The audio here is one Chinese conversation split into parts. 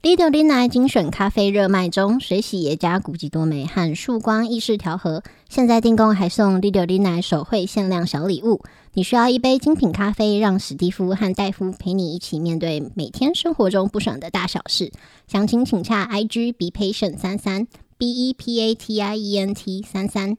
Lido Lina 精选咖啡热卖中，水洗耶加古籍多美和束光意式调和，现在订购还送 Lido Lina 手绘限量小礼物。你需要一杯精品咖啡，让史蒂夫和戴夫陪你一起面对每天生活中不爽的大小事。详情请洽 IG bepatient33 BEPATIENT33。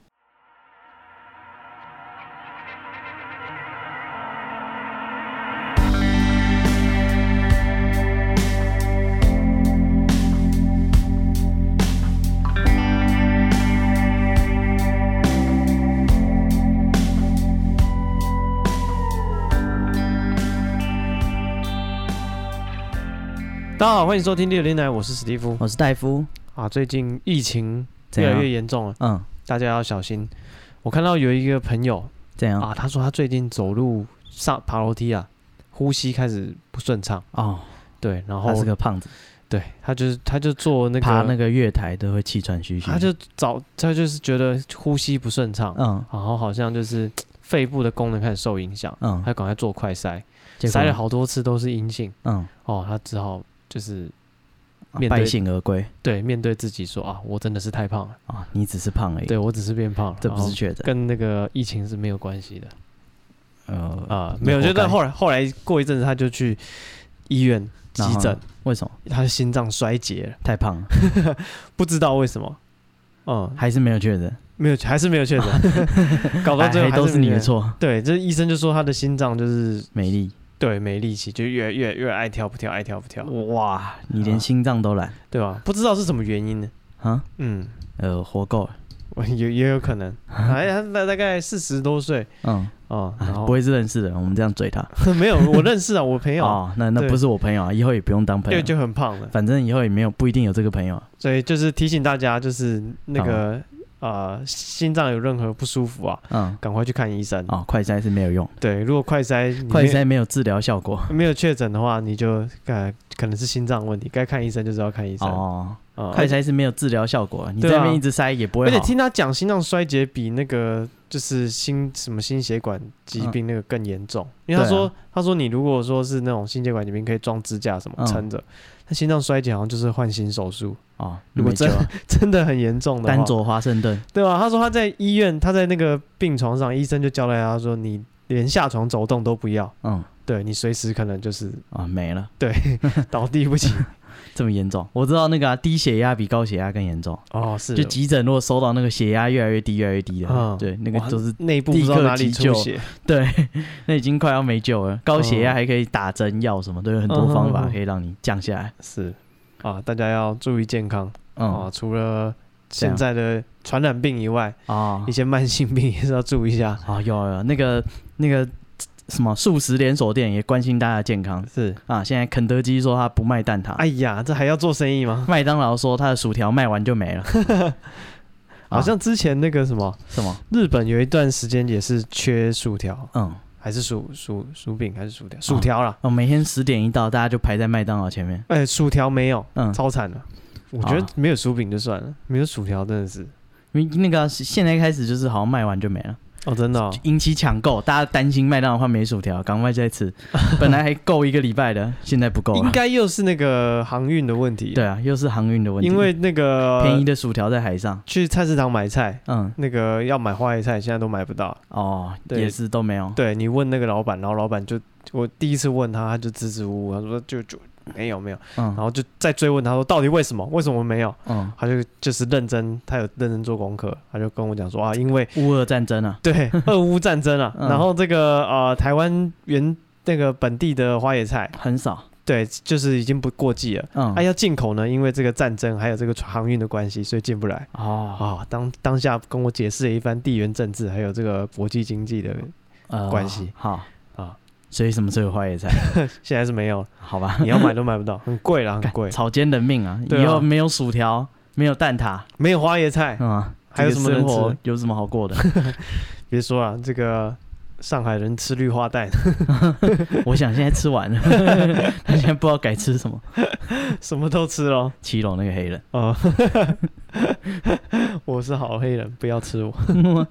大家好，欢迎收听《Lido Lina》，我是史蒂夫， 我是戴夫。 最近疫情越来越严重了，大家要小心。我看到有一个朋友， 怎样他说他最近走路爬楼梯呼吸开始不顺畅对，然后他是个胖子， 对，他就做那个爬那个月台都会气喘吁吁， 他就是觉得呼吸不顺畅，然后好像就是肺部的功能开始受影响，他赶快做快筛，筛了好多次都是阴性，他只好就是败兴而归， 对，面对自己说我真的是太胖了你只是胖而已， 对，我只是变胖了， 这不是确诊， 跟那个疫情是没有关系的，没有，就在后来过一阵子他就去医院急诊， 为什么？ 他的心脏衰竭了， 太胖了， 不知道为什么， 还是没有确诊， 还是没有确诊，搞到最后还都是你的错， 对，这医生就说他的心脏就是没力。 对，没力气，就越爱跳不跳，爱跳不跳。 哇，你连心脏都懒， 对吧？不知道是什么原因呢？ 活够了， 也有可能。他大概40多岁， 不会是认识的，我们这样嘴他。 没有，我认识我朋友。 那不是我朋友以后也不用当朋友， 就很胖了。 反正以后也不一定有这个朋友所以就是提醒大家，就是那个。心脏有任何不舒服赶快去看医生快筛是没有用， 对，如果快筛没有治疗效果， 没有确诊的话，你就可能是心脏问题，该看医生就是要看医生快筛是没有治疗效果，你在那边一直筛也不会好， 而且听他讲心脏衰竭比那个就是什么心血管疾病那个更严重，因为他说你如果说是那种心血管疾病可以装支架什么撑着，他心脏衰竭好像就是换心手术如果真的很严重的话， 单左华盛顿， 对吧？他说他在医院，他在那个病床上，医生就交代他说，你连下床走动都不要，对，你随时可能就是没了， 对，倒地不起， 这么严重。我知道那个低血压比高血压更严重是， 就急诊如果收到那个血压越来越低越来越低的，对，那个都是内部不知道哪里出血， 对，那已经快要没救了。高血压还可以打针药什么，都有很多方法可以让你降下来。 是大家要注意健康除了现在的传染病以外一些慢性病也是要注意一下有那个什么素食连锁店也关心大家的健康， 是现在肯德基说他不卖蛋挞， 哎呀，这还要做生意吗？ 麦当劳说他的薯条卖完就没了好像之前那个什么日本有一段时间也是缺薯条，还是薯饼还是薯条？薯条啦！ 每天10点一到，大家就排在麦当劳前面。 薯条没有，超惨的。我觉得没有薯饼就算了，没有薯条真的是。 因为那个现在开始就是好像卖完就没了。 真的引起抢购，大家担心麦当劳换没薯条，赶快再吃。本来还够1个礼拜的，现在不够了。 应该又是那个航运的问题。 对啊，又是航运的问题。 因为那个便宜的薯条在海上， 去菜市场买菜，那个要买花椰菜，现在都买不到。 也是都没有。 对，你问那个老板，然后老板我第一次问他就支支吾吾，他说就没有，然后就再追问他说到底为什么没有？他就是认真，他有认真做功课，他就跟我讲说因为乌俄战争对，俄乌战争然后这个台湾那个本地的花椰菜很少， 对，就是已经不过季了，要进口呢，因为这个战争还有这个航运的关系，所以进不来。当下跟我解释了一番地缘政治还有这个国际经济的关系。 所以什么时候有花椰菜？ 现在是没有， 好吧？ 你要买都买不到，很贵啦，很贵。 草菅人命以后没有薯条，没有蛋挞， 没有花椰菜，还有什么生活有什么好过的？ 别说这个上海人吃绿花蛋， 我想现在吃完了，他现在不知道该吃什么， 什么都吃咯。 七楼那个黑人， 我是好黑人，不要吃我。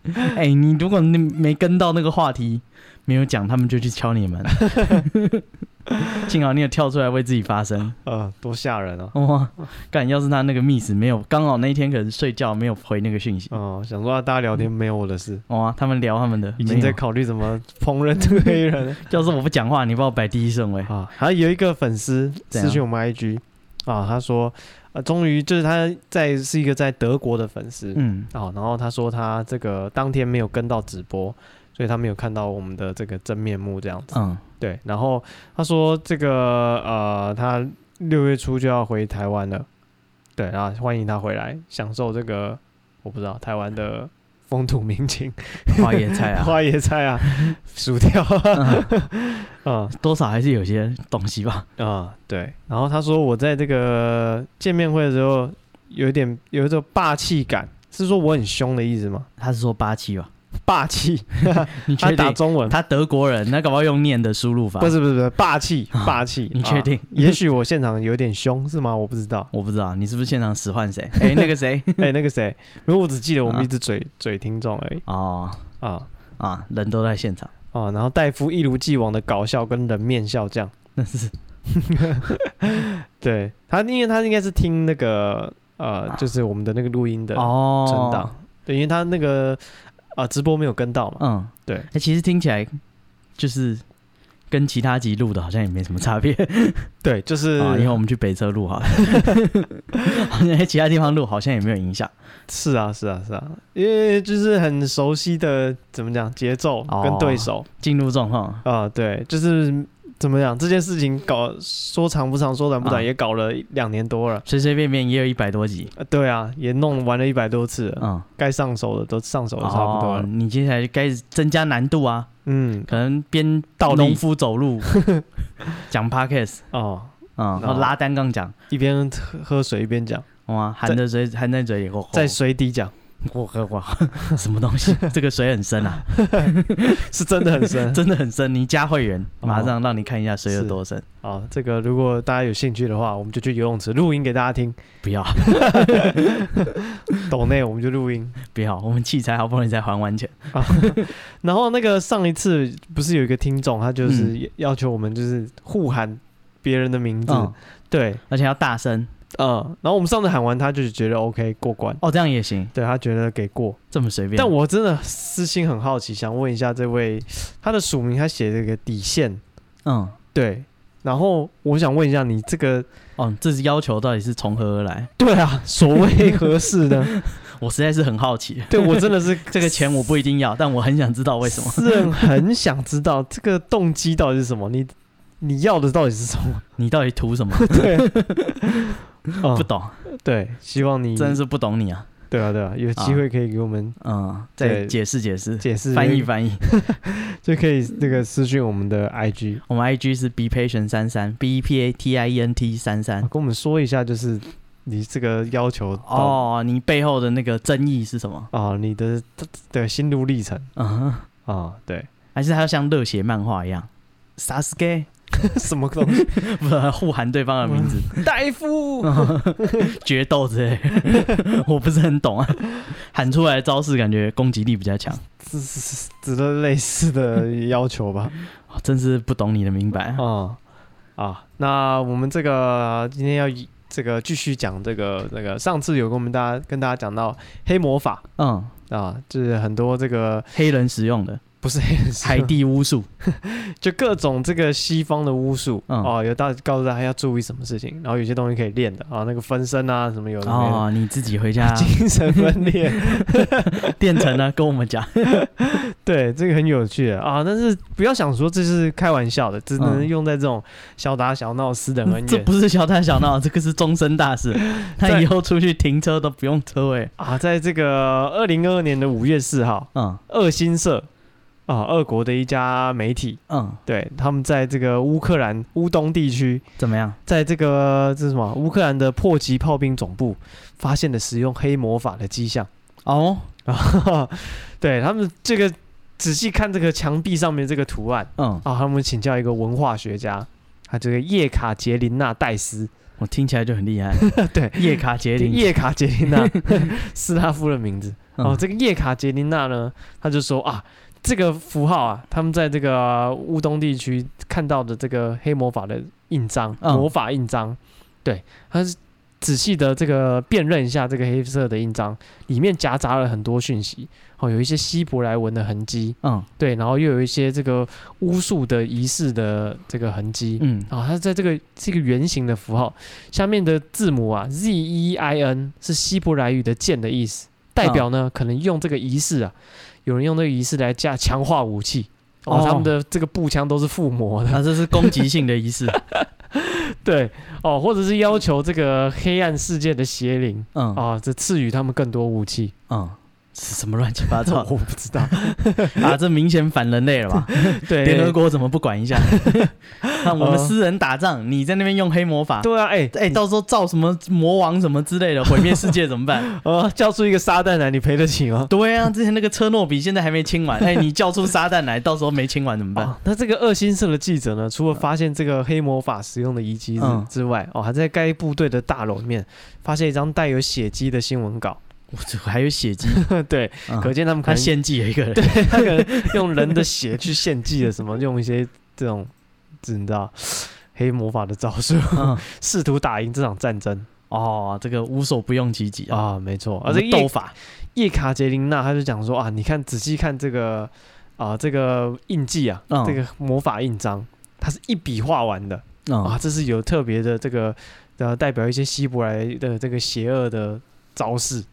你如果没跟到那个话题，没有讲，他们就去敲你们。幸好你有跳出来为自己发声， 多吓人啊！ 哇，干！要是他那个 miss 没有，刚好那一天可能睡觉没有回那个讯息， 想说大家聊天没有我的事， 哇，他们聊他们的， 已经在考虑怎么烹饪这个黑人。 要是我不讲话，你把我摆第一顺位啊！还有一个粉丝私讯我们 IG 啊，他说终于就是他是一个在德国的粉丝，然后他说他这个当天没有跟到直播。所以他没有看到我们的这个真面目这样子，对。然后他说这个他6月初就要回台湾了，对，然后欢迎他回来享受这个我不知道台湾的风土民情， 花椰菜啊， 花椰菜啊，薯条多少还是有些东西吧， 对。然后他说我在这个见面会的时候有一种霸气感，是说我很凶的意思吗？ 他是说霸气吧？ 霸气， 你确定？ 他打中文， 他德国人，那搞不好用念的输入法。 不是，霸气，霸气。 你确定？ 也许我现场有点凶，是吗？我不知道， 你是不是现场使唤谁？那个谁？ 那个谁？因为我只记得我们一直嘴听众而已。 人都在现场。 然后戴夫一如既往的搞笑跟人面笑匠， 那是。 对他，因为他应该是听那个就是我们的那个录音的存档，对，因为他那个。直播没有跟到嘛？对。 其实听起来就是跟其他集录的好像也没什么差别。 对，就是以后我们去北车录好了，好像在其他地方录好像也没有影响。 是啊，因为就是很熟悉的怎么讲节奏跟对手进入状况对，就是怎么讲这件事情说长不长，说短不短，也搞了2年多了， 随随便便也有100多集。 对啊，也弄完了100多次了，该上手的都上手的差不多了。 你接下来该增加难度啊，可能边农夫走路讲 podcast 然后拉单杠讲， 一边喝水一边讲， 哇，含在嘴里， 在水底讲。 哇，什么东西？这个水很深啊， 是真的很深， 真的很深。你加会员，马上让你看一下水有多深。 这个如果大家有兴趣的话，我们就去游泳池录音给大家听。 不要， 抖内我们就录音。 不要，我们器材好不容易才还完钱。 然后那个上一次不是有一个听众，他就是要求我们就是互喊别人的名字，对， 而且要大声。 然后我们上次喊完，他就觉得 OK 过关。 这样也行。 对，他觉得给过， 这么随便。 但我真的私心很好奇，想问一下这位，他的署名他写这个底线，对。然后我想问一下你这个， 这是要求到底是从何而来？ 对啊，所谓何事呢？ 我实在是很好奇。 对，我真的是这个钱我不一定要，但我很想知道为什么。 私人很想知道这个动机到底是什么？你要的到底是什么？ 你到底图什么？ 对。 不懂， 对，希望你真的是不懂你啊！ 对啊，有机会可以给我们再解释翻译， 就可以那个私讯我们的 IG， 我们 IG 是 bepatient33 BEPATIENT33， 跟我们说一下，就是你这个要求你背后的那个争议是什么你的心路历程对， 还是他要像热血漫画一样 Sasuke。 什么东西？ 不是互喊对方的名字， 戴夫决斗之类，我不是很懂啊。喊出来的招式感觉攻击力比较强， 只是类似的要求吧。 真是不懂你的明白那我们这个今天要这个继续讲这个那个上次有跟大家讲到黑魔法，就是很多这个黑人使用的。 不是黑人海地巫术， 就各种这个西方的巫术有告诉大家要注意什么事情，然后有些东西可以练的那个分身啊什么有的你自己回家精神分裂练成呢，跟我们讲。 对，这个很有趣的但是不要想说这是开玩笑的，只能用在这种小打小闹私人恩怨。 这不是小打小闹，这个是终身大事。他以后出去停车都不用车位在这个2022年的5月4号，二新社。俄国的一家媒体，对，他们在这个乌克兰乌东地区怎么样？ 在这是什么？乌克兰的迫击炮兵总部发现了使用黑魔法的迹象。对，他们这个仔细看这个墙壁上面这个图案，他们请教一个文化学家， 他这个叶卡捷琳娜戴斯， 我听起来就很厉害。 对， 叶卡捷琳娜，斯拉夫的名字。这个叶卡捷琳娜呢，他就说啊，这个符号啊，他们在这个乌东地区看到的这个黑魔法的印章，魔法印章，对，他是仔细的这个辨认一下这个黑色的印章，里面夹杂了很多讯息，有一些希伯来文的痕迹，对，然后又有一些这个巫术的仪式的这个痕迹，它在这个圆形的符号下面的字母啊 ZEIN 是希伯来语的剑的意思，代表呢可能用这个仪式啊，有人用这个仪式来强化武器，他们的这个步枪都是附魔的， 这是攻击性的仪式。 对或者是要求这个黑暗世界的邪灵，这赐予他们更多武器， 是什么乱七八糟？ 我不知道这明显反人类了吧？对，联合国怎么不管一下？那我们私人打仗，你在那边用黑魔法， 对啊， 到时候造什么魔王什么之类的，毁灭世界怎么办？ 叫出一个撒旦来，你赔得起吗？ 对啊，之前那个车诺比现在还没清完，你叫出撒旦来，到时候没清完怎么办？ 那这个恶心社的记者呢，除了发现这个黑魔法使用的遗迹之外，还在该部队的大楼里面发现一张带有血迹的新闻稿。 还有血迹， 对，可见他们可能献祭了一个人， 对，他可能用人的血去献祭了什么，用一些这种你知道黑魔法的招数，试图打赢这场战争。 这个无所不用其极啊， 没错。 而且斗法， 叶卡捷琳娜他就讲说你看仔细看这个这个印记啊，这个魔法印章，它是一笔画完的这是有特别的这个代表一些希伯来的这个邪恶的招式。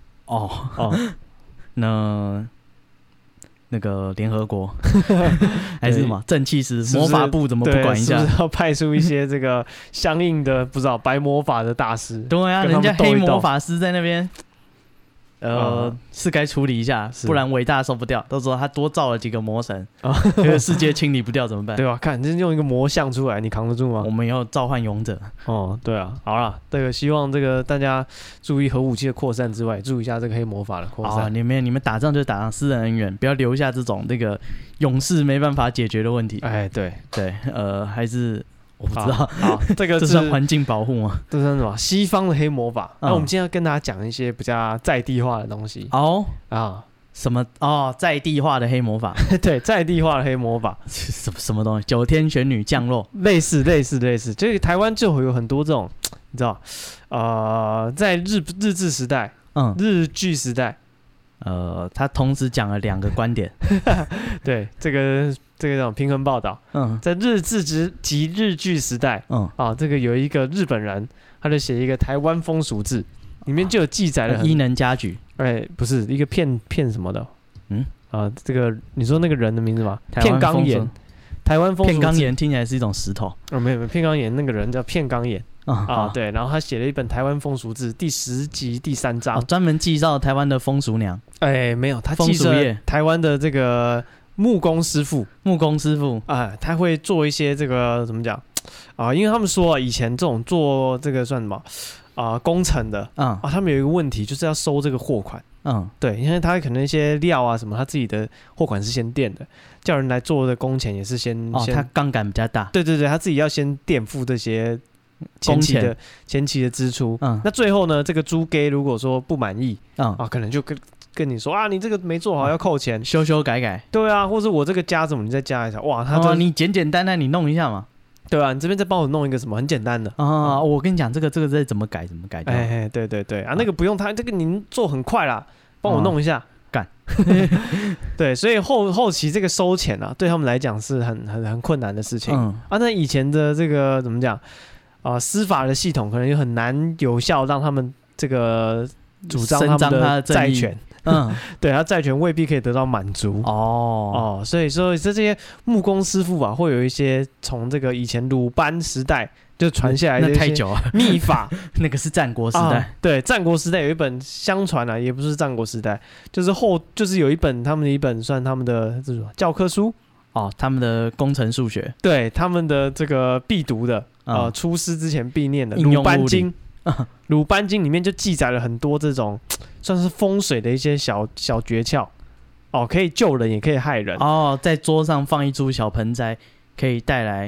那个联合国还是什么正气师魔法部怎么不管一下？ 是不是要派出一些这个相应的不知道白魔法的大师？ 对啊，人家黑魔法师在那边。是该处理一下，不然伟大受不掉。到时候他多造了几个魔神，这个世界清理不掉怎么办？ 对吧？看，这用一个魔像出来，你扛得住吗？ 我们要召唤勇者。 对啊，好啦，这个希望这个大家注意核武器的扩散之外，注意一下这个黑魔法的扩散。 你们打仗就打上私人恩怨，不要留下这种那个勇士没办法解决的问题。 对， 还是。我不知道， 这个这算环境保护吗？ 这是什么？西方的黑魔法。那我们今天要跟大家讲一些比较在地化的东西。 什么？在地化的黑魔法。 对，在地化的黑魔法。 什么东西？九天玄女降落。 类似。就是台湾就会有很多这种，你知道，在日治时代，日据时代， 他同时讲了2个观点。 对，这种平衡报道，在日治及日据时代，这个有一个日本人，他就写一个台湾风俗志，里面就有记载了伊能家矩， 不是一个片什么的，这个你说那个人的名字吗？片冈岩，台湾风俗志。 片冈岩听起来是一种石头， 没有，片冈岩那个人叫片冈岩对，然后他写了一本台湾风俗志第10集第3章， 专门介绍台湾的风俗娘。 没有，他记绍台湾的这个。木工师傅他会做一些这个怎么讲因为他们说以前这种做这个算什么工程的他们有一个问题就是要收这个货款，对，因为他可能一些料啊什么，他自己的货款是先垫的，叫人来做的工钱也是先他杠杆比较大， 对，他自己要先垫付这些前期的支出，那最后呢，这个租给如果说不满意可能就跟你说你这个没做好要扣钱， 修改， 对啊，或者我这个加什么你再加一下， 你简单你弄一下嘛， 对啊，你这边再帮我弄一个什么很简单的我跟你讲这个再怎么改对那个不用这个您做很快啦，帮我弄一下干对，所以后期这个收钱对他们来讲是很困难的事情那以前的这个怎么讲司法的系统可能也很难有效让他们这个主张他们的债权对，他债权未必可以得到满足所以说这些木工师傅会有一些从这个以前鲁班时代就传下来的一些秘法那个是战国时代对，战国时代有一本相传也不是战国时代，就是有一本他们的一本算他们的这种教科书他们的工程数学， 对，他们的这个必读的出师之前必念的鲁班经鲁班经里面就记载了很多这种算是风水的一些小诀窍可以救人也可以害人在桌上放一株小盆栽可以带来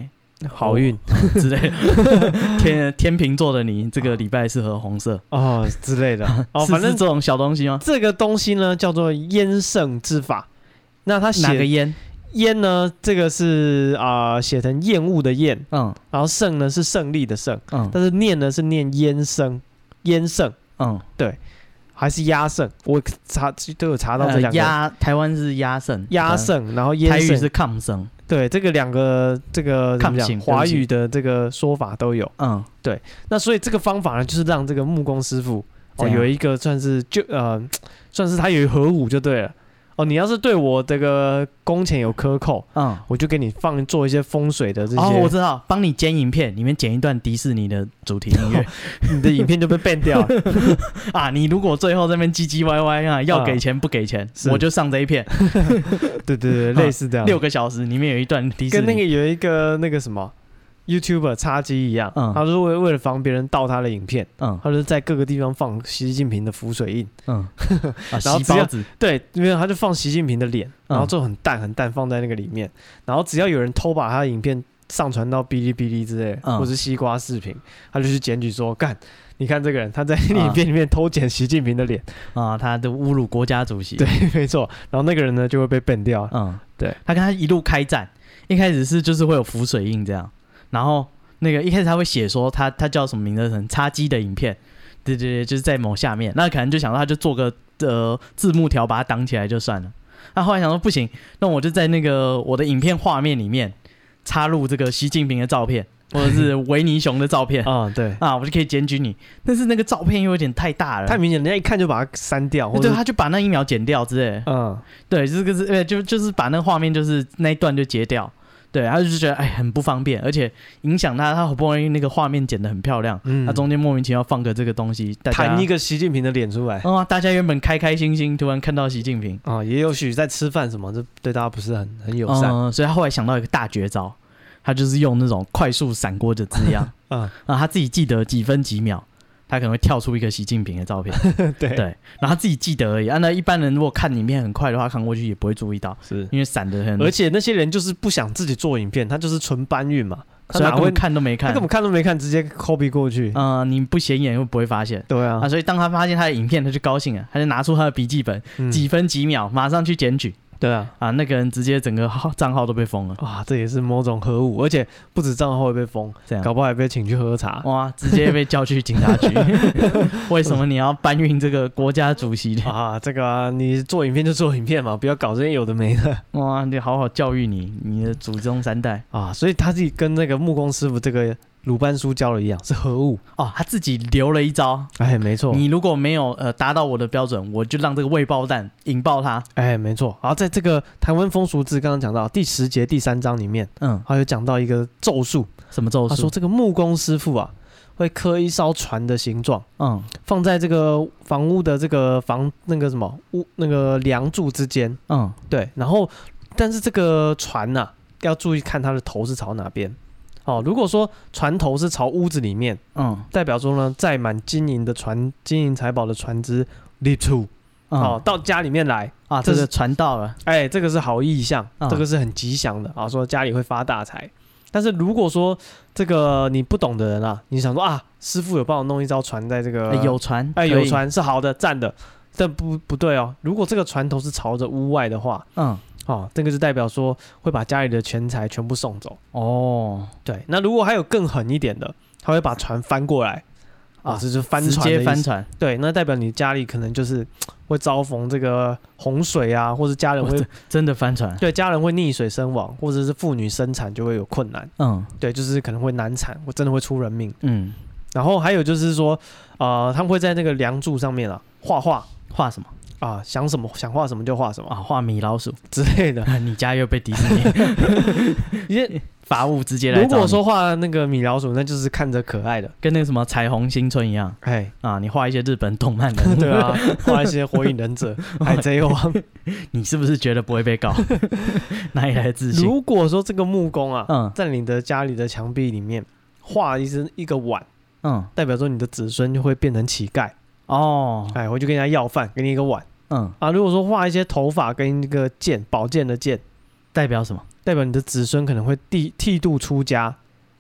好运之类的。天秤座的你，这个礼拜适合红色哦之类的。哦，反正这种小东西吗？ 这个东西呢叫做淹圣之法。那它哪个淹？ 淹呢？这个是写成厌恶的厌，然后胜呢是胜利的胜，但是念呢是念淹圣，对，还是压胜？我都有查到这两个。 台湾是压胜， 然后淹胜， 台语是抗胜。 对，这个两个这个怎么讲？华语的这个说法都有。对。那所以这个方法呢，就是让这个木工师傅有一个算是算是他有合舞就对了。你要是对我这个工钱有克扣，我就给你做一些风水的这些。 我知道，帮你剪影片，里面剪一段迪士尼的主题音乐， 你的影片就被 ban 掉了你如果最后这边唧唧歪歪要给钱不给钱，我就上这一片。 对，类似这样。 6个小时里面有一段迪士尼， 跟那个有一个那个什么。YouTuber 插机一样，他就是为了防别人盗他的影片，他就是在各个地方放习近平的浮水印，然后洗包子， 对，因为他就放习近平的脸，然后就很淡放在那个里面，然后只要有人偷把他的影片上传到哔哩哔哩之类，或是西瓜视频，他就去检举说，干，你看这个人他在影片里面偷剪习近平的脸他的侮辱国家主席， 对，没错，然后那个人呢就会被 ban 掉，对， 他跟他一路开战，一开始就是会有浮水印这样。然后那个一开始他会写说他叫什么名字，很插机的影片，对，就是在某下面，那可能就想到他就做个字幕条把它挡起来就算了。那后来想说不行，那我就在那个我的影片画面里面插入这个习近平的照片，或者是维尼熊的照片对我就可以检举你。但是那个照片又有点太大了， 太明显，人家一看就把它删掉， 对，他就把那1秒剪掉之类。对，这个是就是把那个画面就是那一段就截掉。对，他就觉得很不方便，而且影响他好不容易那个画面剪得很漂亮，他中间莫名其妙放个这个东西， 弹一个习近平的脸出来， 大家原本开开心心，突然看到习近平， 也有许在吃饭什么，这对大家不是很友善， 所以他后来想到一个大绝招，他就是用那种快速闪过的字样，他自己记得几分几秒。他可能会跳出一个习近平的照片，对，然后他自己记得而已。那一般人如果看影片很快的话，看过去也不会注意到，是因为闪得很。 而且那些人就是不想自己做影片，他就是纯搬运嘛， 所以他根本看都没看， 他根本看都没看，直接 copy 过去。 你不显眼又不会发现。 对啊， 所以当他发现他的影片，他就高兴了，他就拿出他的笔记本，几分几秒，马上去检举。 对啊， 那个人直接整个账号都被封了。 哇，这也是某种核武，而且不止账号会被封，搞不好还被请去喝茶。 哇，直接被叫去警察局。为什么你要搬运这个国家主席这个你做影片就做影片嘛，不要搞这些有的没的。 哇，你好好教育你的祖宗3代所以他自己跟那个木工师傅这个鲁班书教了一样，是核武他自己留了一招。 没错， 你如果没有达到我的标准，我就让这个未爆弹引爆它。 没错。然后在这个台湾风俗志刚刚讲到第10节第3章里面，他有讲到一个咒术。 什么咒术？ 他说这个木工师傅会刻一艘船的形状，放在这个房屋的这个那个什么那个梁柱之间，对。然后但是这个船要注意看它的头是朝哪边。如果说船头是朝屋子里面，代表说呢，载满金银财宝的船只立出，到家里面来这个船到了， 这个是好意象，这个是很吉祥的说家里会发大财。但是如果说这个你不懂的人你想说师傅有帮我弄一艘船在这个有船， 有船是好的，赞的，但不对如果这个船头是朝着屋外的话，这个就代表说会把家里的钱财全部送走。对。那如果还有更狠一点的，他会把船翻过来，这就是翻船的意思， 直接翻船。 对，那代表你家里可能就是会遭逢这个洪水或者家人会真的翻船。 对，家人会溺水身亡，或者是妇女生产就会有困难。对，就是可能会难产，或真的会出人命。然后还有就是说，他们会在那个梁柱上面画什么？ 想画什么就画什么画米老鼠之类的。 你家又被迪士尼法务直接来找你。 如果说画那个米老鼠，那就是看着可爱的， 跟那个什么彩虹新村一样。你画一些日本动漫的， 对画一些火影忍者、海贼王， 你是不是觉得不会被告？哪里来的自信？ 如果说这个木工在你的家里的墙壁里面画一个碗，代表说你的子孙就会变成乞丐。我就跟人家要饭，给你一个碗。如果说画一些头发跟一个剑，宝剑的剑， 代表什么？ 代表你的子孙可能会剃度出家，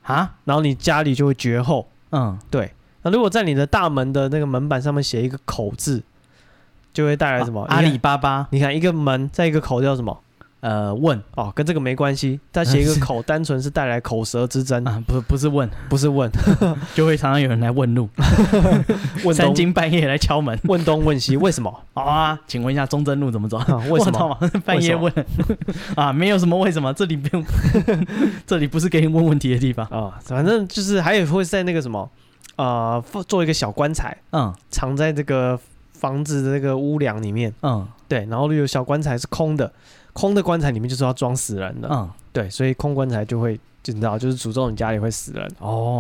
啊， 然后你家里就会绝后。对。那如果在你的大门的那个门板上面写一个口字，就会带来什么？ 阿里巴巴。 你看一个门再一个口叫什么？ 问哦，跟这个没关系。再写一个口，单纯是带来口舌之争啊，不是问， 不是问， 就会常常有人来问路，三更半夜来敲门， 问东问西，为什么？ 啊，请问一下中正路怎么走？ 为什么？ 半夜问啊，没有什么为什么，这里不用，这里不是给你问问题的地方啊。反正就是还有会在那个什么，做一个小棺材，藏在这个房子的那个屋梁里面，对，然后有小棺材是空的。空的棺材里面就是要装死人的，对，所以空棺材就会，你知道，就是诅咒你家里会死人。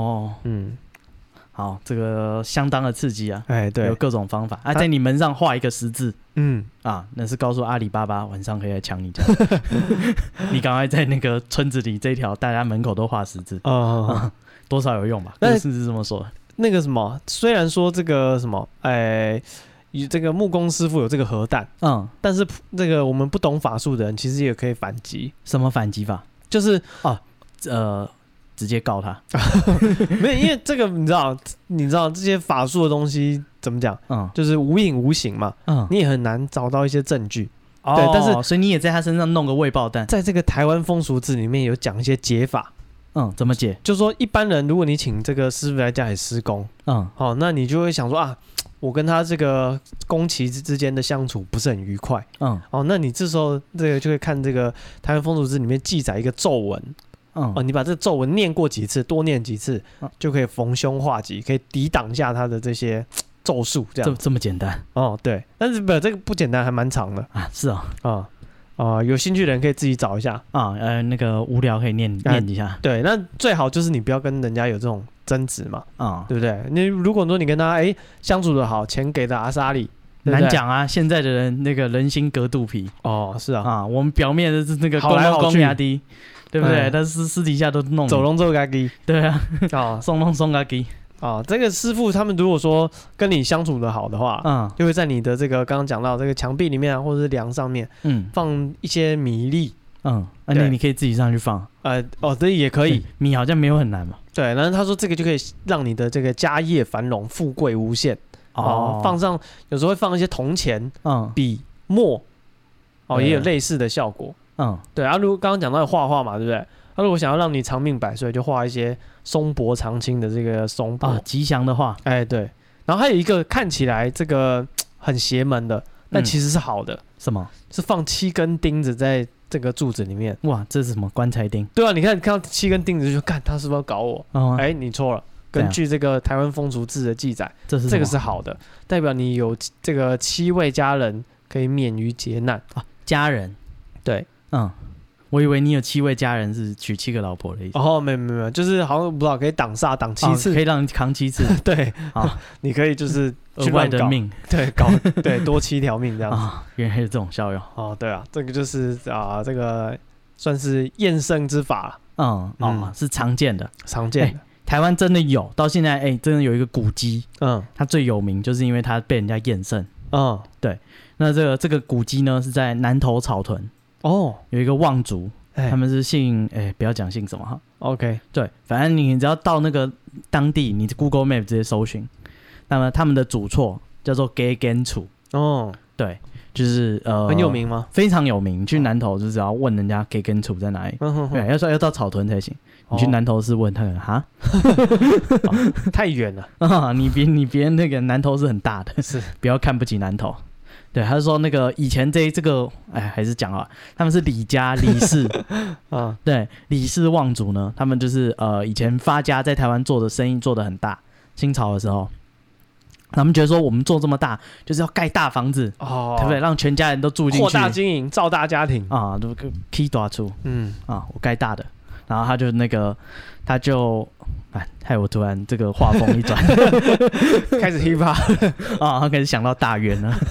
好，这个相当的刺激啊！ 对， 有各种方法啊，在你门上画一个十字，那是告诉阿里巴巴晚上可以来抢你家，你赶快在那个村子里这条大家门口都画十字，多少有用吧？故事是这么说的。 那个什么，虽然说这个什么，这个木工师傅有这个核弹，但是这个我们不懂法术的人其实也可以反击。 什么反击法？ 就是直接告他。 没有，因为这个你知道这些法术的东西怎么讲？就是无影无形嘛，你也很难找到一些证据。对，但是所以你也在他身上弄个未爆弹。 在这个台湾风俗志里面有讲一些解法。 怎么解？ 就是说一般人如果你请这个师傅来家里施工，那你就会想说啊，我跟他这个工期之间的相处不是很愉快，那你这时候这个就会看这个台湾风俗志里面记载一个咒文，你把这个咒文念过几次，多念几次，就可以逢凶化吉，可以抵挡一下他的这些咒术， 这么简单？ 对，但是这个不简单，还蛮长的啊，是有兴趣的人可以自己找一下那个无聊可以念一下。 对，那最好就是你不要跟人家有这种争执嘛，对不对？你如果说你跟他相处的好，钱给的阿莎里， 难讲啊。现在的人那个人心隔肚皮是啊， 我们表面的是那个好来好去压低，对不对？但是私底下都弄走龙走嘎叽， 对啊，送嘎叽。 这个师傅他们如果说跟你相处的好的话，就会在你的这个刚刚讲到这个墙壁里面或者是梁上面，放一些米粒， 你可以自己上去放， 这也可以， 米好像没有很难嘛。 对，然后他说这个就可以让你的这个家业繁荣、富贵无限。放上有时候会放一些铜钱、笔、墨，也有类似的效果。对啊，如果刚刚讲到画画嘛，对不对？如果想要让你长命百岁，就画一些松柏长青的这个松柏， 吉祥的画。 对。然后还有一个看起来这个很邪门的，但其实是好的。 什么？ 是放7根钉子在这个柱子里面。 哇，这是什么棺材钉？ 对啊，你看到7根钉子就看他是不是要搞我？你错了。根据这个台湾风俗志的记载，这个是好的，代表你有这个7位家人可以免于劫难。 家人？ 对， 我以为你有7位家人是娶7个老婆的意思。 没有，就是好像不知道可以挡煞挡7次， 可以让你扛7次。 对，你可以就是额外的命， 对，对多7条命这样子。 原来有这种效用。 对啊，这个就是这个算是验圣之法。 是常见的。台湾真的有，到现在真的有一个古迹，它最有名就是因为它被人家验圣。对，那这个古迹呢是在南投草屯。有一个望族，他们是姓不要讲姓什么哈。 OK， 对，反正你只要到那个当地，你 Google Map 直接搜寻，那么他们的主厝叫做给根厝。对，就是很有名吗？ 非常有名。去南投就只要问人家给根厝在哪里，对，要到草屯才行。你去南投市问他可能哈， 太远了你别那个南投是很大的，是不要看不起南投。对，他是说那个以前这个，还是讲啊，他们是李家李氏对，李氏望族呢，他们就是以前发家在台湾做的生意做得很大，清朝的时候，他们觉得说我们做这么大，就是要盖大房子，对不对？让全家人都住进去， 扩大经营，造大家庭都起大厝，我盖大的，然后他就害我突然这个画风一转， 开始 hip hop 他开始想到大渊了，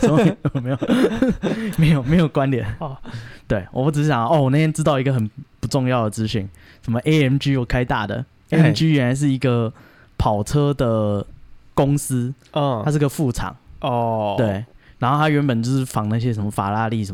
没有关联对，我只是想我那天知道一个很不重要的资讯，什么 AMG 我开大的，AMG 原来是一个跑车的公司，它是个副厂对，然后他原本就是仿那些什么法拉利什么的，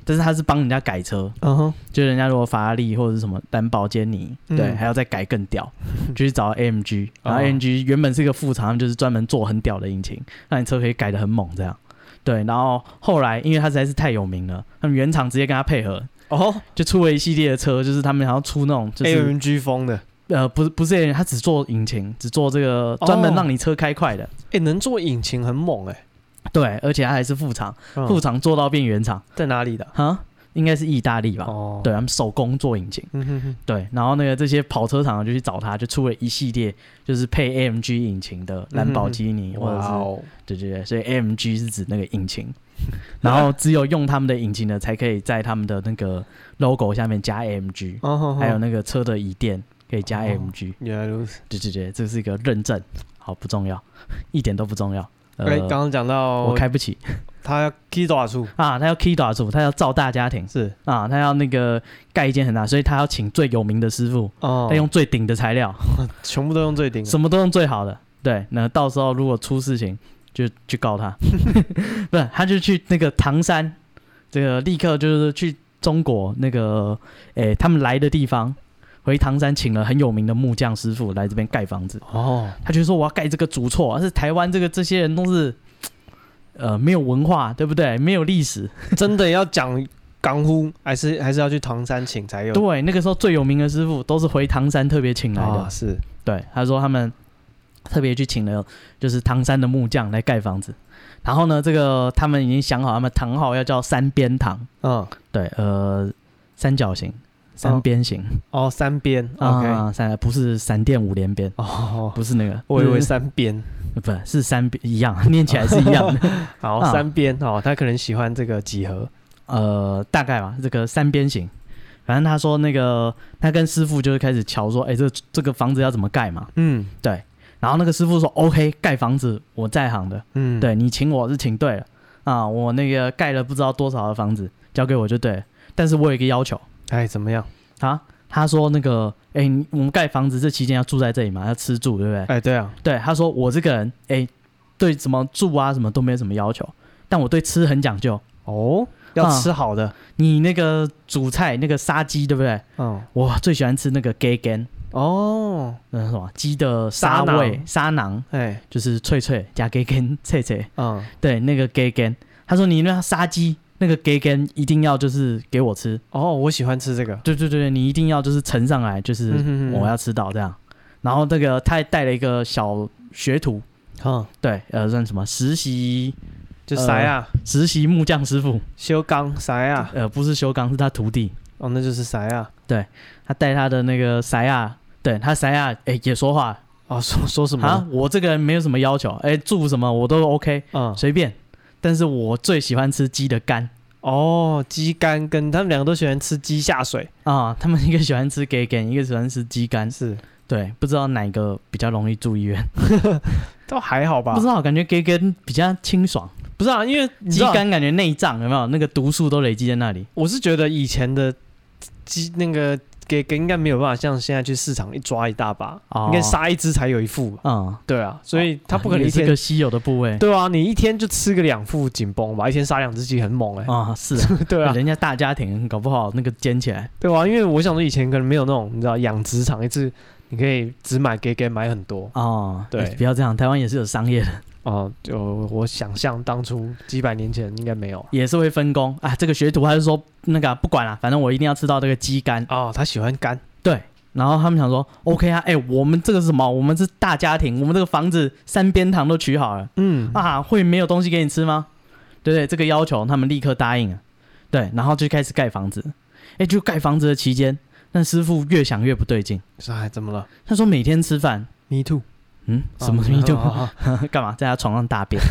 但是他是帮人家改车，就人家如果法拉利或者是什么兰博基尼，对，还要再改更屌，就去找 AMG， 然后 AMG 原本是一个副厂，他们就是专门做很屌的引擎，让你车可以改得很猛这样。对，然后后来因为他实在是太有名了，他们原厂直接跟他配合，就出了一系列的车，就是他们好像出那种就是 AMG 风的。 不是 AMG， 他只做引擎，只做这个专门让你车开快的。 能做引擎很猛对，而且他还是副厂，副厂做到变原厂， 在哪里的？ 应该是意大利吧？对，他们手工做引擎。对，然后这些跑车厂就去找他，就出了一系列就是配 AMG 引擎的兰博基尼，或者是对，所以 AMG 是指那个引擎，然后只有用他们的引擎的才可以在他们的那个 logo 下面加 AMG，还有那个车的椅垫可以加 AMG。 原来如此。 对，这是一个认证，好不重要，一点都不重要。 刚刚讲到我开不起。 他要 key 多少处啊？他要 key 多少处？他要造大家庭是啊，他要那个盖一间很大，所以他要请最有名的师傅，他用最顶的材料， 全部都用最顶， 什么都用最好的。对，那到时候如果出事情，就去告他，不是，他就去那个唐山，这个立刻就是去中国那个，他们来的地方。回唐山请了很有名的木匠师傅来这边盖房子。他就说我要盖这个主错，是台湾这些人都是。没有文化，对不对？没有历史， 真的要讲港呼，还是要去唐山请才有。 对，那个时候最有名的师傅都是回唐山特别请来的。 是， 对，他说他们特别去请了，就是唐山的木匠来盖房子。然后呢，这个他们已经想好，他们堂号要叫三边堂。对，三角形。三边形三边 ，OK， 不是闪电五连鞭不是那个， 我以为三边， 不是三边一样，念起来是一样的。 好，三边他可能喜欢这个几何， 大概吧，这个三边形。反正他说那个，他跟师傅就是开始瞧说，这个房子要怎么盖嘛，对。然后那个师傅说 ，OK， 盖房子我在行的，对你请我是请对了啊，我那个盖了不知道多少的房子，交给我就对了，但是我有一个要求。 怎么样啊？他说那个，我们盖房子这期间要住在这里嘛，要吃住，对不对？ 对啊， 对，他说我这个人，对什么住啊什么都没有什么要求，但我对吃很讲究要吃好的。 你那个主菜那个杀鸡，对不对？我最喜欢吃那个鸡肝那是什么？鸡的沙味沙囊，就是脆脆加鸡肝脆脆，对，那个鸡肝。他说你那杀鸡。那个鸡肝一定要就是给我吃我喜欢吃这个。 对，你一定要就是盛上来，就是我要吃到这样。然后这个他还带了一个小学徒，对，算什么实习， 就谁啊？ 实习木匠师傅， 修钢谁啊？ 不是修钢，是他徒弟。 那就是谁啊？ 对，他带他的那个谁啊？对他谁啊？也说话说什么啊？ 我这个人没有什么要求，住什么我都 OK，随便。但是我最喜欢吃鸡的肝鸡肝跟他们两个都喜欢吃鸡下水他们一个喜欢吃鸡肝，一个喜欢吃鸡肝， 是对，不知道哪个比较容易住医院， 都还好吧？ 不知道，感觉鸡肝比较清爽， 不是啊？因为鸡肝感觉内脏有没有那个毒素都累积在那里？ 我是觉得以前的鸡那个。应该没有办法像现在去市场一抓一大把，应该杀一只才有一副。对啊，所以他不可能一天是个稀有的部位。 对啊，你一天就吃个2副紧绷吧，一天杀2只鸡很猛是啊，对啊，人家大家庭搞不好那个煎起来。 对啊，因为我想说以前可能没有那种你知道养殖场一次你可以只买给买很多对， 不要这样，台湾也是有商业的。 就我想象当初几百年前应该没有， 也是会分工啊。这个学徒他就说那个不管了，反正我一定要吃到这个鸡肝他喜欢肝。 对，然后他们想说 OK 啊，我们这个是什么？我们是大家庭，我们这个房子三边堂都取好了，会没有东西给你吃吗？对不对？这个要求他们立刻答应了。对，然后就开始盖房子。就盖房子的期间，那师傅越想越不对劲。 怎么了？ 他说每天吃饭 ，Me too。 什么 Me too？干嘛在他床上大便？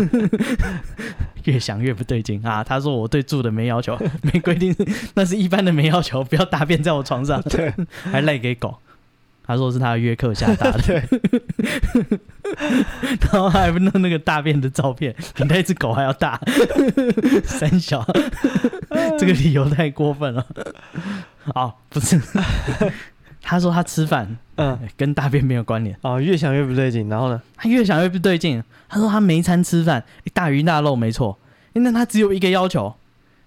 越想越不对劲啊！他说我对住的没要求，没规定，那是一般的没要求，不要大便在我床上， 对， 还赖给狗。他说是他的约克下大的， 对。 然后还弄那个大便的照片，比那只狗还要大，三小，这个理由太过分了。不是。他说他吃饭，跟大便没有关联。 越想越不对劲，然后呢？ 他越想越不对劲。他说他每一餐吃饭，大鱼大肉没错，那他只有一个要求，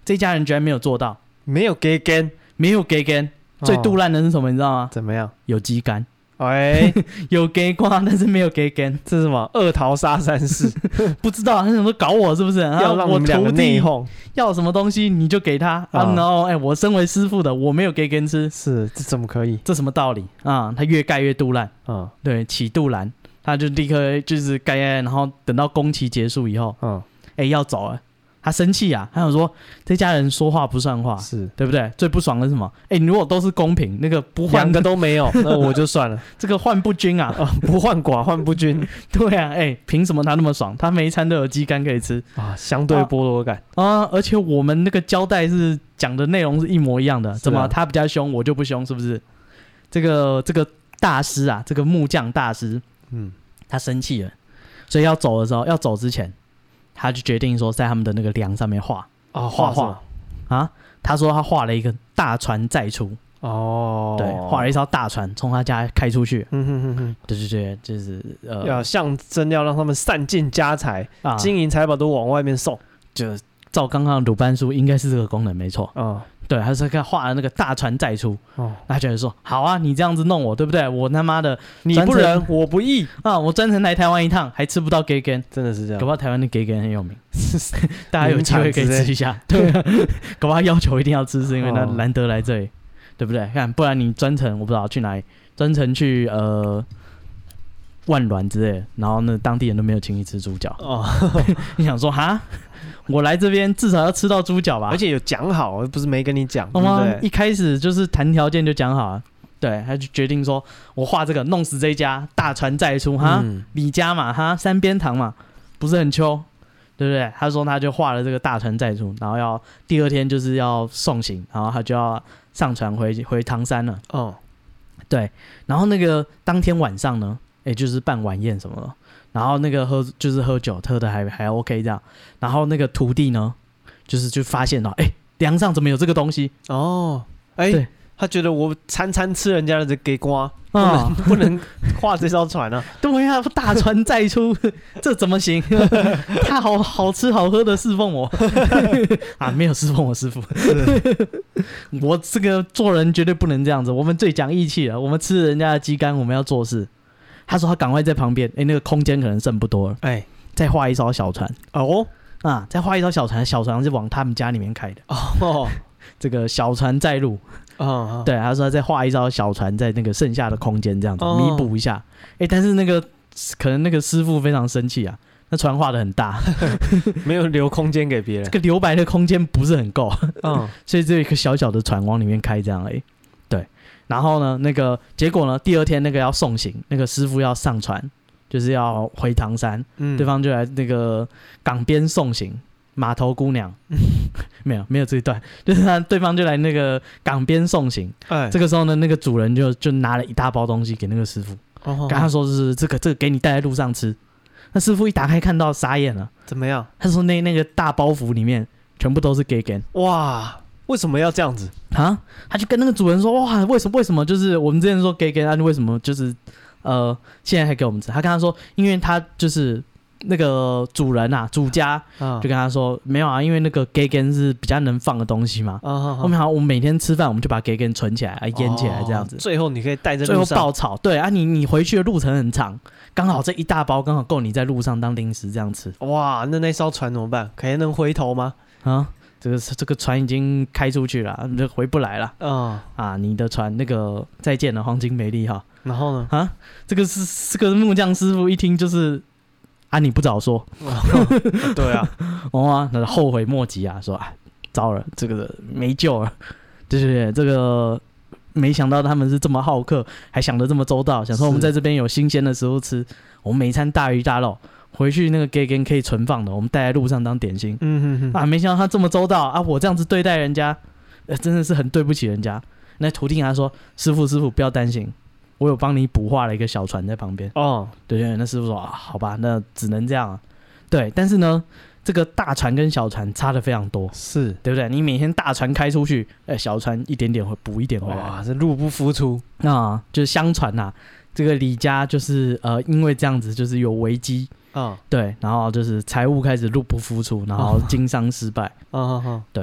这家人居然没有做到， 没有给干， 没有给干。最杜烂的是什么？你知道吗？ 怎么样？ 有鸡肝。 哎， 有给瓜，但是没有给干， 这是什么？二桃杀三士， 不知道他想说搞我是不是？ 要让你们两个内讧， 要什么东西你就给他啊？然后我身为师傅的，我没有给干吃， 是这怎么可以？ 这什么道理啊？他越盖越杜烂啊！对，起杜烂，他就立刻就是盖，然后等到工期结束以后，要走了。他生气啊，他想说这家人说话不算话， 是对不对？最不爽的是什么？你如果都是公平，那个不换两个都没有，那我就算了。 这个换不均啊， 不患寡患不均。 对啊，凭什么他那么爽？他每一餐都有鸡肝可以吃啊，相对剥夺感啊！而且我们那个交代是讲的内容是一模一样的，怎么他比较凶，我就不凶，是不是？这个大师啊，这个木匠大师，他生气了，所以要走的时候，要走之前。他就决定说，在他们的那个梁上面画画啊。他说他画了一个大船载出对，画了一艘大船从他家开出去。对，就是要象征要让他们散尽家财，金银财宝都往外面送。 就照刚刚的鲁班书，应该是这个功能没错。对，他是看画了那个大船载出，他觉得说好啊，你这样子弄我，对不对？我他妈的， 你不仁，我不义啊！ 我专程来台湾一趟，还吃不到给干， 真的是这样。 搞不好台湾的给干很有名，大家有机会可以吃一下。对啊，搞不好他要求一定要吃，是因为他难得来这里，对不对？看，不然你专程我不知道去哪里，专程去万峦之类的，然后呢，当地人都没有请你吃猪脚。你想说哈？我来这边至少要吃到猪脚吧， 而且有讲好，不是没跟你讲，对不对？ 一开始就是谈条件就讲好了，对，他就决定说，我画这个弄死这一家，大船载出哈，李家嘛哈，三边堂嘛，不是很秋，对不对？他说他就画了这个大船载出，然后要第二天就是要送行，然后他就要上船回唐山了。对，然后那个当天晚上呢，就是办晚宴什么的。然后那个喝酒，喝的还 OK 这样。然后那个徒弟呢，就发现了，梁上怎么有这个东西？ 对，他觉得我餐餐吃人家的给瓜，不能画这艘船啊。 对啊，大船载出，这怎么行？他好吃好喝的侍奉我啊，没有侍奉我师傅。我这个做人绝对不能这样子，我们最讲义气了。我们吃人家的鸡肝，我们要做事。他说他赶快在旁边，那个空间可能剩不多了，再画一艘小船。再画一艘小船，小船是往他们家里面开的。这个小船载入。对，他说再画一艘小船在那个剩下的空间，这样子弥补一下。但是那个可能那个师傅非常生气啊，那船画的很大， 没有留空间给别人， 这个留白的空间不是很够，所以只有一个小小的船往里面开这样而已。对。然后呢，那个结果呢，第二天那个要送行，那个师傅要上船，就是要回唐山，对方就来那个港边送行，码头姑娘，没有这一段，就是对方就来那个港边送行，这个时候呢，那个主人就拿了一大包东西给那个师傅，跟他说是这个给你带在路上吃。那师傅一打开看到傻眼了， 怎么样？ 他说那个大包袱里面全部都是给干， 哇！为什么要这样子啊？他就跟那个主人说：“哇，为什么？就是我们之前说给干，为什么就是现在还给我们吃？”他跟他说：“因为他就是那个主人啊，主家就跟他说没有啊，因为那个给干是比较能放的东西嘛。我们每天吃饭，我们就把给干存起来，腌起来这样子。 最后你可以带着最后爆炒，对啊，你回去的路程很长，刚好这一大包刚好够你在路上当零食这样吃。 哇，那艘船怎么办？还能回头吗？ 这个船已经开出去了，就回不来了。你的船那个再见了，黄金美丽哈。 然后呢？ 这个木匠师傅一听就是你不早说。 对啊， 那后悔莫及啊，说糟了，这个没救了。对，这个没想到他们是这么好客，还想得这么周到，想说我们在这边有新鲜的食物吃，我们每餐大鱼大肉。回去那个给干可以存放的，我们带在路上当点心。没想到他这么周到啊！我这样子对待人家，真的是很对不起人家。那徒弟跟他说：“师傅，不要担心，我有帮你补画了一个小船在旁边。”对，那师傅说：“好吧，那只能这样啊。”对，但是呢，这个大船跟小船差的非常多， 是对不对？你每天大船开出去，小船一点点会补一点回来。 哇，这入不敷出就是相传这个李家就是因为这样子就是有危机。对，然后就是财务开始入不敷出，然后经商失败。对，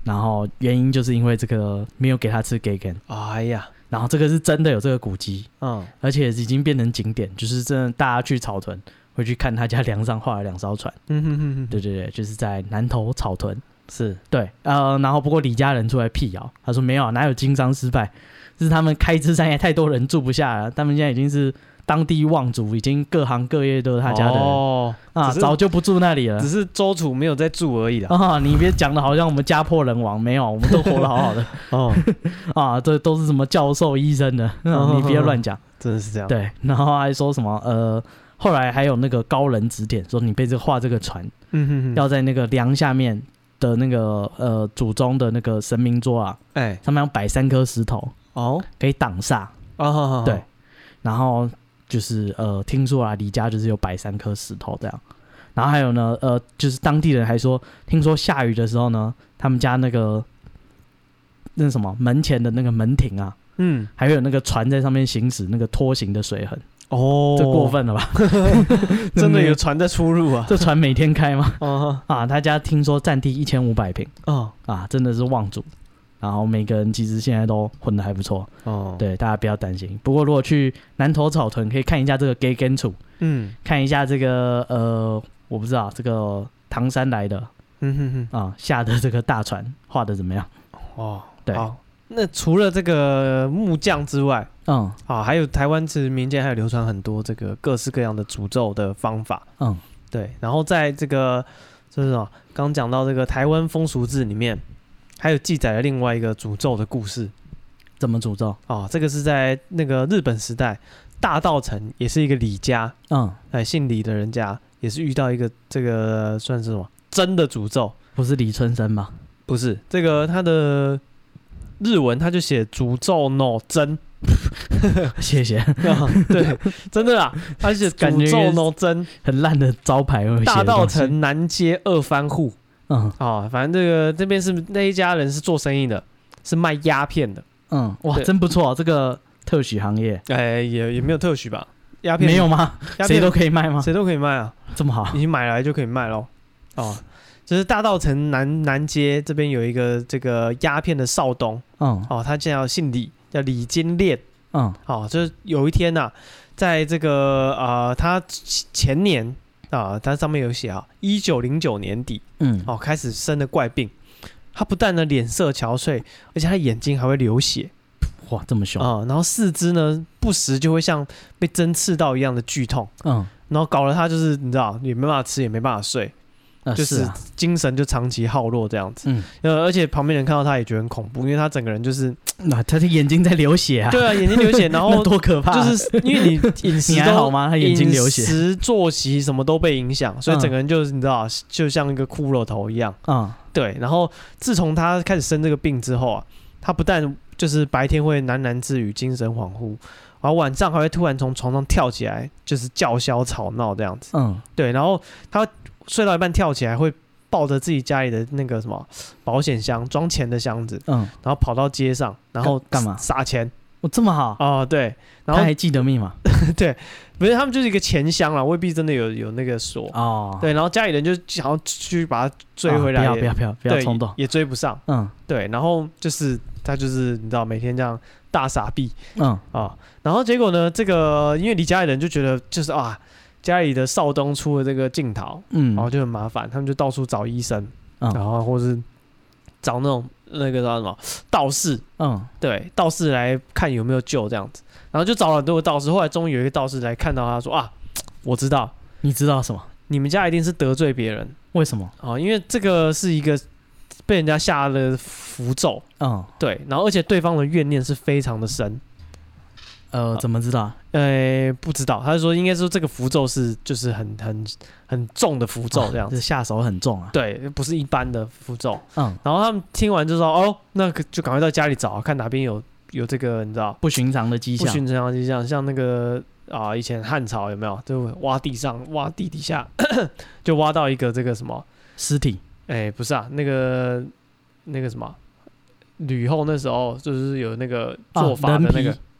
然后原因就是因为这个没有给他吃给根。 哎呀， 然后这个是真的有这个古迹， 嗯， 而且已经变成景点，就是真的大家去草屯会去看他家梁上画了2艘船。对对对，就是在南投草屯。 是对，然后不过李家人出来辟谣，他说没有，哪有经商失败，是他们开枝散叶，太多人住不下了，他们现在已经是当地望族，已经各行各业都是他家的人，早就不住那里了， 只是周楚没有在住而已啦。 你别讲的好像我们家破人亡，没有，我们都活得好好的。这都是什么教授、医生的，你别乱讲， 真的是这样。 对，然后还说什么后来还有那个高人指点，说你被画这个船，要在那个梁下面的那个祖宗的那个神明桌啊，上面要摆3颗石头可以挡煞。对，然后就是听说啊，李家就是有摆3颗石头这样。然后还有呢，就是当地人还说，听说下雨的时候呢，他们家那什么门前的那个门庭啊，还会有那个船在上面行驶那个拖行的水痕。这过分了吧？ 真的有船在出入啊？ 这船每天开吗？他家听说占地1500坪，真的是望族。然后每个人其实现在都混得还不错，对，大家不要担心。不过如果去南投草屯，可以看一下这个给根处，看一下这个我不知道这个唐山来的，下的这个大船画的怎么样？对。 那除了这个木匠之外，还有台湾其实民间还有流传很多这个各式各样的诅咒的方法，对。然后在这个就是什么，刚讲到这个台湾风俗志里面，还有记载了另外一个诅咒的故事。 怎么诅咒？ 这个是在那个日本时代，大稻埕也是一个李家，姓李的人家也是遇到一个这个算是什么真的诅咒？ 不是李春生吧？ 不是，这个他的日文他就写诅咒 no 真， 谢谢。 对，真的啦，他写诅咒 no 真， 很烂的招牌。 大稻埕南街2番户，反正这边是那一家人是做生意的，是卖鸦片的。 哇，真不错，这个特许行业。 也没有特许吧？鸦片没有吗？谁都可以卖吗？ 谁都可以卖啊， 这么好， 你买来就可以卖咯。就是大稻埕南街这边有一个这个鸦片的少东，他现在姓李，叫李金炼，就是有一天啊，在这个他前年他上面有写1909年底，开始生了怪病，他不但呢脸色憔悴，而且他眼睛还会流血， 哇，这么凶然后四肢呢不时就会像被针刺到一样的剧痛，然后搞得他就是你知道也没办法吃也没办法睡。就是精神就长期耗弱这样子，而且旁边人看到他也觉得很恐怖，因为他整个人就是， 他的眼睛在流血啊， 对啊，眼睛流血，然后多可怕， 就是因为你饮食你还好吗？他眼睛流血， 饮食作息什么都被影响，所以整个人就是你知道，就像一个骷髅头一样，对。然后自从他开始生这个病之后啊，他不但就是白天会喃喃自语，精神恍惚，然后晚上还会突然从床上跳起来，就是叫嚣吵闹这样子，对。然后他睡到一半跳起来，会抱着自己家里的那个什么保险箱装钱的箱子，然后跑到街上，然后干嘛撒钱？ 这么好对，然后他还记得密码？ 对，不是他们就是一个钱箱啦，未必真的有那个锁对，然后家里人就想要去把它追回来， 不要冲动， 也追不上，对，然后就是他就是你知道每天这样大傻逼，然后结果呢，这个因为李家里人就觉得就是家里的少东出了这个镜头，然后就很麻烦，他们就到处找医生，然后或是找那个叫什么道士，对，道士来看有没有救这样子，然后就找了很多个道士，后来终于有一个道士来看到他说我知道， 你知道什么？ 你们家一定是得罪别人， 为什么？ 因为这个是一个被人家下了符咒，对，然后而且对方的怨念是非常的深。 怎么知道？ 不知道，他说应该说这个符咒是就是很重的符咒这样子， 下手很重啊。 对，不是一般的符咒。然后他们听完就说那就赶快到家里找，看哪边有这个你知道不寻常的迹象， 不寻常的迹象，像那个以前汉朝有没有就挖地底下就挖到一个这个什么尸体？ 不是那个什么吕后那时候就是有那个做法的那个。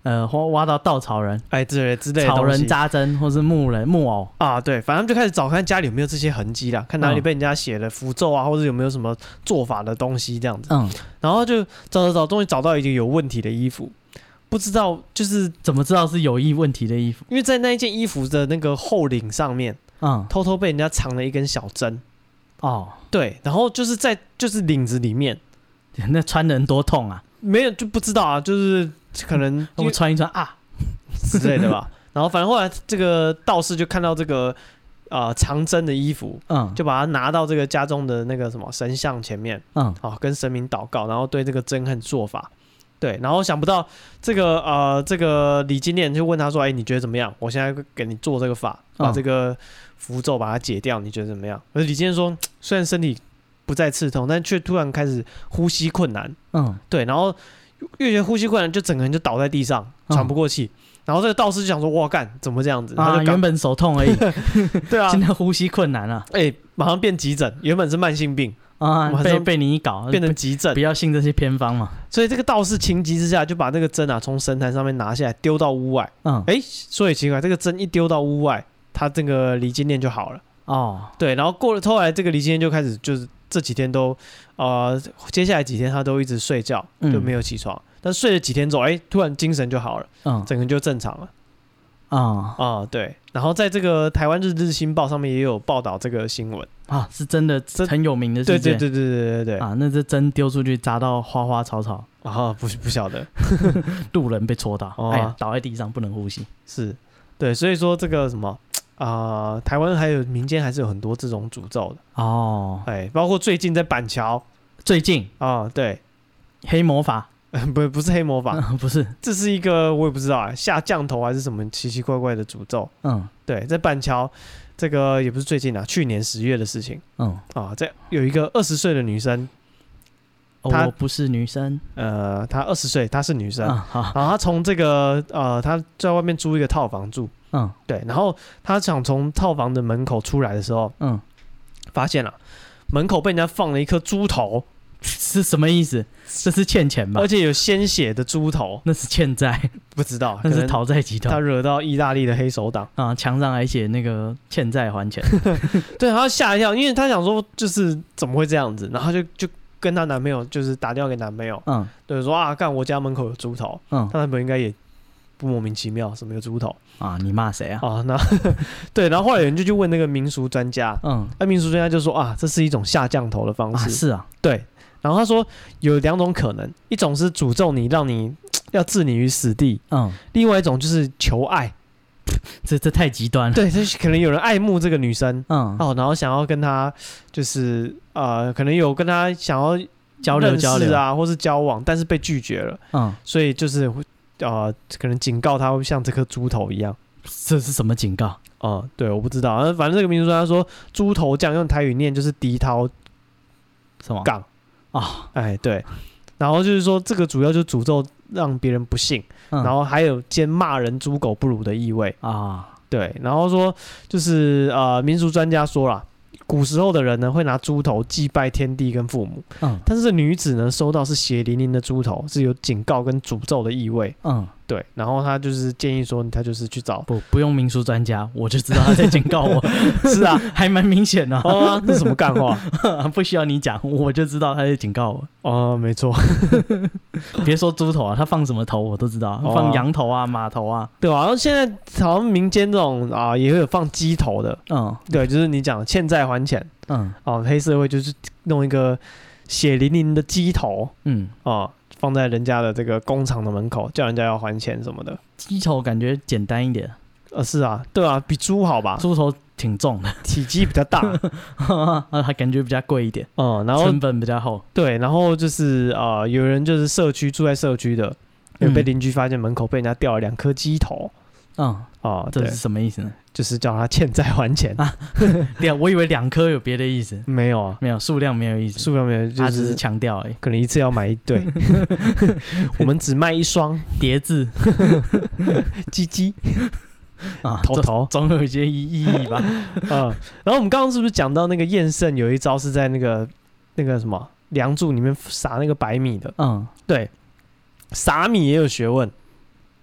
挖到稻草人， 之类的东西， 草人扎针或是木偶啊，对，反正他们就开始找看家里有没有这些痕迹啦，看哪里被人家写了符咒啊，或者有没有什么做法的东西这样子。然后就找，终于找到一个有问题的衣服。不知道就是怎么知道是有问题的衣服？ 因为在那一件衣服的那个后领上面，偷偷被人家藏了一根小针。对，然后就是领子里面， 那穿人多痛啊！ 没有就不知道啊，就是可能我穿一穿啊之类的吧。然后反正后来这个道士就看到这个藏针的衣服，就把它拿到这个家中的那个什么神像前面，跟神明祷告，然后对这个针恨做法。对，然后想不到这个李金炼就问他说：“你觉得怎么样？我现在给你做这个法，把这个符咒把它解掉，你觉得怎么样？”而李金炼说：“虽然身体不再刺痛，但却突然开始呼吸困难。对，然后越觉得呼吸困难，就整个人就倒在地上，喘不过气。然后这个道士就想说：哇干，怎么这样子？他就原本手痛而已， 对啊， 现在呼吸困难了。 马上变急诊，原本是慢性病。” 被你一搞变成急诊， 不要信这些偏方嘛。 所以这个道士情急之下就把那个针从神坛上面拿下来丢到屋外。所以奇怪，这个针一丢到屋外，他这个李金炼就好了。对，然后后来这个李金炼就开始就是这几天都接下来几天他都一直睡觉，就没有起床。但睡了几天之后，突然精神就好了，整个人就正常了。对，然后在这个台湾日新报上面也有报道这个新闻是真的很有名的事件。 对那这针丢出去砸到花花草草不晓得路人被戳到，倒在地上不能呼吸。 是，对，所以说这个什么台湾还有民间还是有很多这种诅咒的包括最近在板桥，对， 黑魔法。 不是黑魔法， 不是，这是一个我也不知道下降头还是什么奇奇怪怪的诅咒。对，在板桥，这个也不是最近去年10月的事情。在有一个20岁的女生， 我不是女生， 她20岁，她是女生，然后她从这个她在外面租一个套房住，对，然后她想从套房的门口出来的时候，发现了门口被人家放了一颗猪头。 是什么意思？这是欠钱吧？ 而且有鲜血的猪头， 那是欠债， 不知道， 那是讨债集团。 他惹到意大利的黑手党墙上还写那个欠债还钱。 对，他吓一跳，因为他想说就是怎么会这样子，然后就跟她男朋友就是打电话给男朋友，对，说干我家门口有猪头，她男朋友应该也不莫名其妙什么有猪头你骂谁啊？ 那对，然后后来有人就去问那个民俗专家，民俗专家就说这是一种下降头的方式， 是啊， 对。然后他说有2种可能，一种是诅咒你，让你要置你于死地，另外一种就是求爱， 这太极端了。 对，就是可能有人爱慕这个女生，然后想要跟她就是可能有跟她想要交流啊，或是交往，但是被拒绝了，所以就是可能警告她会像这颗猪头一样。 这是什么警告？ 对，我不知道，反正这个民俗专家说猪头酱用台语念就是低涛什么杠。对，然后就是说这个主要就是诅咒让别人不幸，然后还有兼骂人猪狗不如的意味对，然后说就是民俗专家说啦，古时候的人呢会拿猪头祭拜天地跟父母，但是女子呢收到是血淋淋的猪头，是有警告跟诅咒的意味，对，然后他就是建议说他就是去找不用民俗专家，我就知道他在警告我。 是啊， 还蛮明显的这是什么干话？ 不需要你讲，我就知道他在警告我。没错。 别说猪头他放什么头我都知道，放羊头啊、马头啊， 对吧？然后现在好像民间这种也会有放鸡头的，对，就是你讲欠债还钱，黑社会就是弄一个血淋淋的鸡头，放在人家的这个工厂的门口，叫人家要还钱什么的。 鸡头感觉简单一点。 是啊，对啊，比猪好吧？ 猪头挺重的， 体积比较大， 还感觉比较贵一点。 然后成本比较厚。 对，然后就是有人就是住在社区的，被邻居发现门口被人家掉了2颗鸡头。 这是什么意思呢？ 就是叫他欠债还钱我以为2颗有别的意思。 没有啊， 没有，数量没有意思， 数量没有， 他只是强调而已。 可能一次要买1对，我们只卖1双叠字， 鸡鸡头总有一些意义吧。 然后我们刚刚是不是讲到那个验圣有一招是在那个什么梁柱里面撒那个白米的？对，撒米也有学问。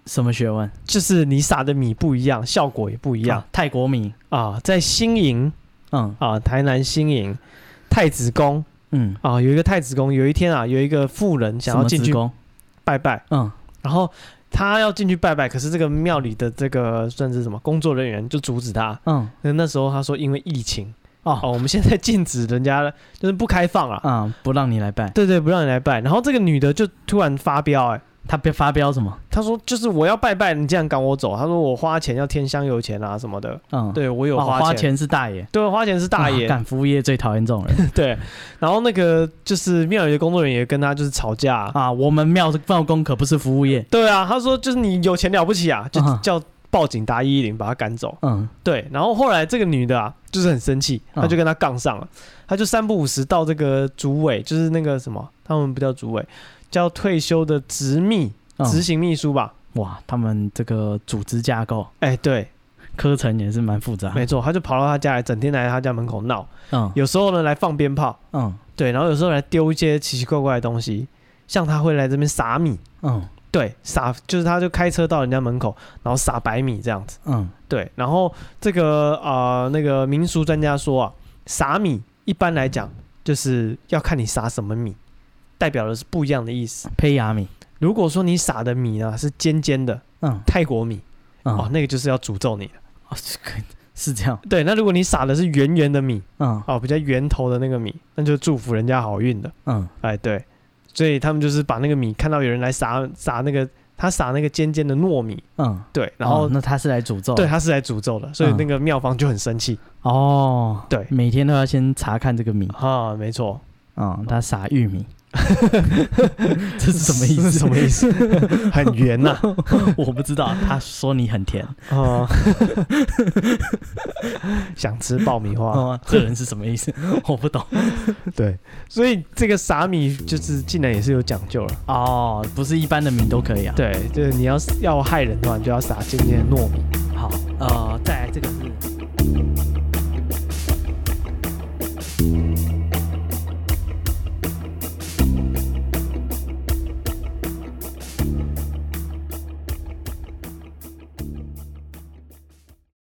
什么学问？ 就是你撒的米不一样，效果也不一样。 泰国米在新营，台南新营太子宫，有一个太子宫，有一天有一个妇人想要进去拜拜，然后他要进去拜拜，可是这个庙里的这个算是什么工作人员就阻止他，那时候他说因为疫情。我们现在禁止人家就是不开放了， 不让你来拜。 对，不让你来拜。然后这个女的就突然发飙， 她发飙什么？ 她说就是我要拜拜，你竟然赶我走。她说我花钱要添香油钱什么的。对我有花钱。 花钱是大爷。 对，花钱是大爷。 干服务业最讨厌这种人。 对，然后那个就是庙里的工作人员也跟他就是吵架我们庙公可不是服务业。 对啊，他说就是你有钱了不起就叫报警打110把他赶走。对，然后后来这个女的就是很生气，她就跟他杠上了，她就3不5时到这个主委，就是那个什么，他们不叫主委，叫退休的执行秘书吧。 哇，他们这个组织架构， 对， 科程也是蛮复杂。 没错，他就跑到他家来，整天来他家门口闹。有时候呢来放鞭炮。对，然后有时候来丢一些奇奇怪怪的东西，像他会来这边撒米。对，就是他就开车到人家门口，然后撒白米这样子。对，然后这个那个民俗专家说撒米一般来讲就是要看你撒什么米，代表的是不一样的意思。 胚芽米， 如果说你撒的米呢是尖尖的，泰国米，那个就是要诅咒你的。 是这样。 对，那如果你撒的是圆圆的米，比较圆头的那个米，那就祝福人家好运的。对。所以他们就是把那个米看到有人来撒那个，他撒那个尖尖的糯米，对，然后那他是来诅咒， 对，他是来诅咒的，所以那个庙方就很生气。对， 每天都要先查看这个米没错， 他撒玉米，这是什么意思？ 什么意思？很圆呐， 我不知道。他说你很甜想吃爆米花， 这人是什么意思？我不懂。 对，所以这个撒米就是竟然也是有讲究了不是一般的米都可以啊。 对，就是你要害人的话，你就要撒尖尖的糯米。 好，再来这个是